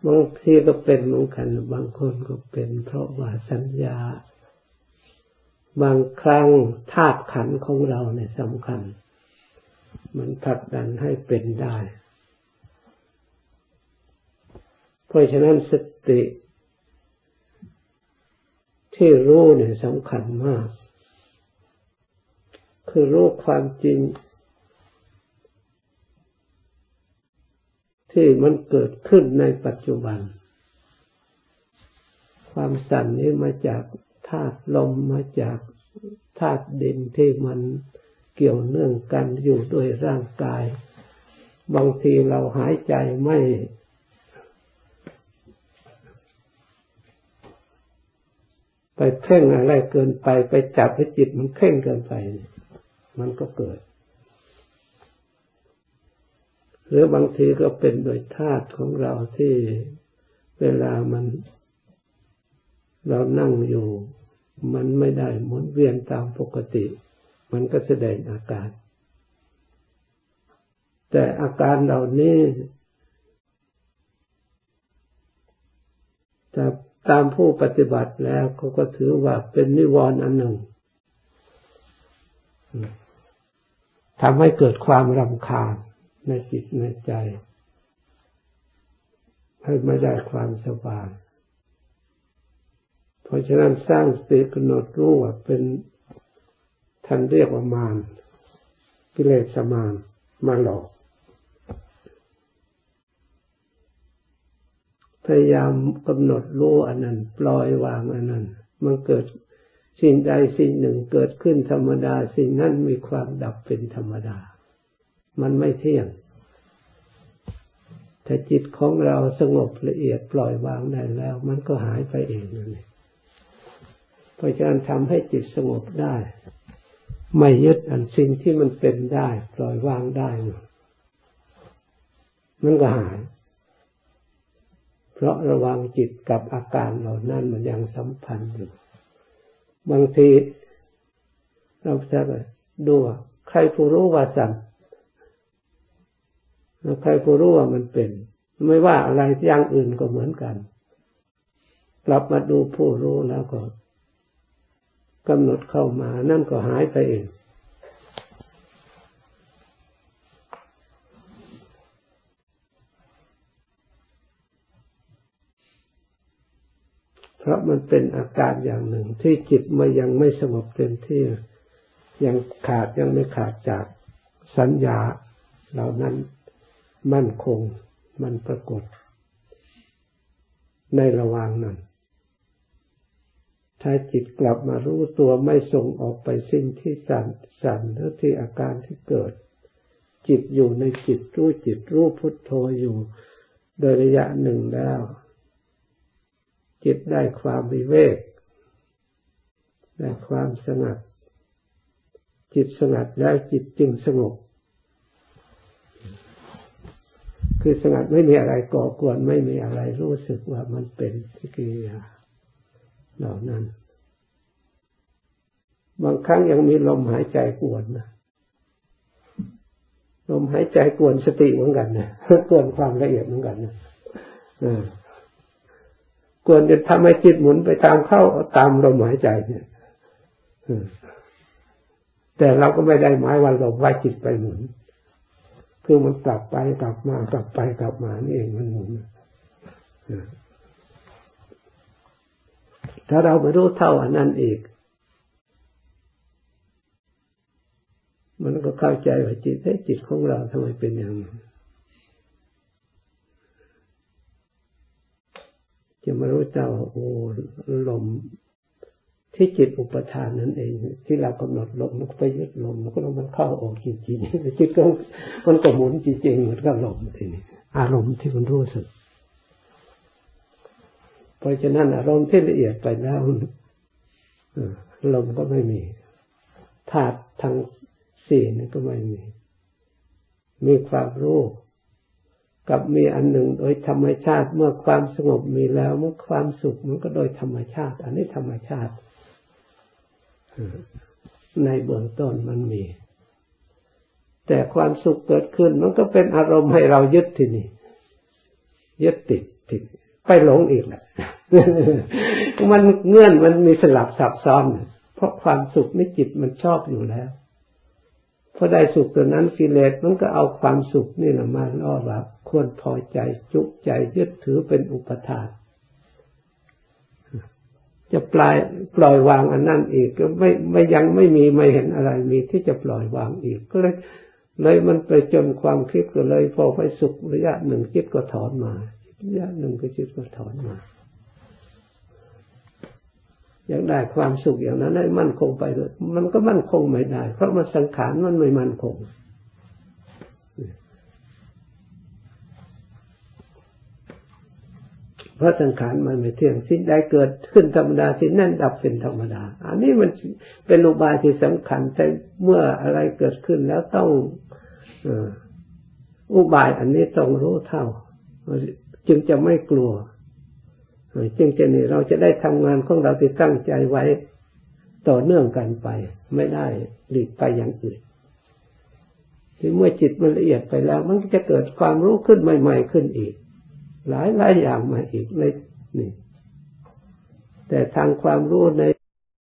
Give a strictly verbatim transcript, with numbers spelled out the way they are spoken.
บางทีก็เป็นเหมือนกันบางคนก็เป็นเพราะว่าสัญญาบางครั้งธาตุขันธ์ของเราเนี่ยสำคัญมันผลักดันให้เป็นได้เพราะฉะนั้นสติที่รู้เนี่ยสำคัญมากคือรู้ความจริงที่มันเกิดขึ้นในปัจจุบันความสั่นนี้มาจากธาตุลมมาจากธาตุดินที่มันเกี่ยวเนื่องกันอยู่ด้วยร่างกายบางทีเราหายใจไม่ไปเพ่งอะไรเกินไปไปจับให้จิตมันเพ่งเกินไปมันก็เกิดหรือบางทีก็เป็นโดยธาตุของเราที่เวลามันเรานั่งอยู่มันไม่ได้หมุนเวียนตามปกติมันก็แสดงอาการแต่อาการเหล่านี้แต่ตามผู้ปฏิบัติแล้วเขาก็ถือว่าเป็นนิวรณ์อันหนึ่งทำให้เกิดความรำคาญในจิตในใจให้ไม่ได้ความสบายเพราะฉะนั้นสร้างสติกำหนดรู้ว่าเป็นท่านเรียกว่ามารกิเลสมารมาหลอกพยายามกำหนดรู้อันนั้นปล่อยวางอันนั้นมันเกิดสิ่งใดสิ่งหนึ่งเกิดขึ้นธรรมดาสิ่งนั้นมีความดับเป็นธรรมดามันไม่เที่ยงถ้าจิตของเราสงบละเอียดปล่อยวางได้แล้วมันก็หายไปเองนั่นเองเพราะฉะนั้นทำให้จิตสงบได้ไม่ยึดอันสิ่งที่มันเป็นได้ปล่อยวางได้มันก็หายเพราะระวังจิตกับอาการเหล่านั้นมันยังสัมพันธ์อยู่บางทีเราจะดูว่าใครผู้รู้ว่าสั่นแล้วใครผู้รู้ว่ามันเป็นไม่ว่าอะไรอย่างอื่นก็เหมือนกันกลับมาดูผู้รู้แล้วก็กำหนดเข้ามานั่นก็หายไปเองเพราะมันเป็นอาการอย่างหนึ่งที่จิตมันยังไม่สงบเต็มที่ยังขาดยังไม่ขาดจากสัญญาเหล่านั้นมั่นคงมันปรากฏในระหว่างนั้นถ้าจิตกลับมารู้ตัวไม่ส่งออกไปสิ่งที่สั่นสั่นหรือที่อาการที่เกิดจิตอยู่ในจิตรู้จิตรู้พุทโธอยู่โดยระยะหนึ่งแล้วจิตได้ความวิเวกได้ความสงัดจิตสงัดแล้วจิตจึงสงบคือสงัดไม่มีอะไรก่อกวนไม่มีอะไรรู้สึกว่ามันเป็นที่กิริยาเหล่านั้นบางครั้งยังมีลมหายใจกวนนะลมหายใจกวนสติเหมือนกันนะกวนความละเอียดเหมือนกันนะกวนจะทำให้จิตหมุนไปตามเข้าตามลมหายใจเนี่ยแต่เราก็ไม่ได้หมายว่าลมว่าจิตไปหมุนคือมันกลับไปกลับมากลับไปกลับมานี่เองมันหมุนถ้าเราไม่รู้เท่าอันนั้นอีกมันก็เข้าใจว่าจิตให้จิตของเราทำไมเป็นอย่างนั้นจะมารู้เจ้าโอ้ลมที่จิตอุปทานนั่นเองที่เรากำหนดลมมันก็ไปยึดลมมันก็ลมมันเข้าออกจริงๆจิตก็มันก็หมุนจริงๆเหมือนกับลมทีนี้อารมณ์ที่มันรู้สึกเพราะฉะนั้นอารมณ์ที่ละเอียดไปแล้วลมก็ไม่มีธาตุทั้งสี่นี่ก็ไม่มีมีความรู้กับมีอันหนึ่งโดยธรรมชาติเมื่อความสงบมีแล้วเมื่อความสุขมันก็โดยธรรมชาติอันนี้ธรรมชาติในเบื้องต้นมันมีแต่ความสุขเกิดขึ้นมันก็เป็นอารมณ์ให้เรายึดที่นี่ยึดติดผิดไปหลงอีกแหละ มันเงื่อนมันมีสลับซับซ้อนเพราะความสุขในจิตมันชอบอยู่แล้วพอได้สุขตัวนั้นกิเลสมันก็เอาความสุขนี่แหละมาล่อว่าควรพอใจจุใจยึดถือเป็นอุปทานจะปล่อยปล่อยวางอันนั้นอีกก็ไม่ไม่ยังไม่มีไม่เห็นอะไรมีที่จะปล่อยวางอีกก็เลยเลยมันไปจนความคิดก็เลยพอไปสุขระยะหนึ่งจิตก็ถอนมาระยะหนึ่งก็จิตก็ถอนมาอยากได้ความสุขอย่างนั้นให้มั่นคงไปเลยมันก็มั่นคงไม่ได้เพราะมันสังขารมันไม่มั่นคงเพราะสังขารมันไม่เที่ยงสิ่งใดเกิดขึ้นธรรมดาสิ่งนั้นดับเป็นธรรมดาอันนี้มันเป็นอุบายที่สำคัญแต่เมื่ออะไรเกิดขึ้นแล้วต้องอุบายอันนี้ต้องรู้เท่าจึงจะไม่กลัวจึงจะนี่เราจะได้ทำงานของเราที่ตั้งใจไว้ต่อเนื่องกันไปไม่ได้หลีกไปอย่างอื่นที่เมื่อจิตมันละเอียดไปแล้วมันจะเกิดความรู้ขึ้นใหม่ๆขึ้นอีกหลายหลายอย่างมาอีกในนี่แต่ทางความรู้ใน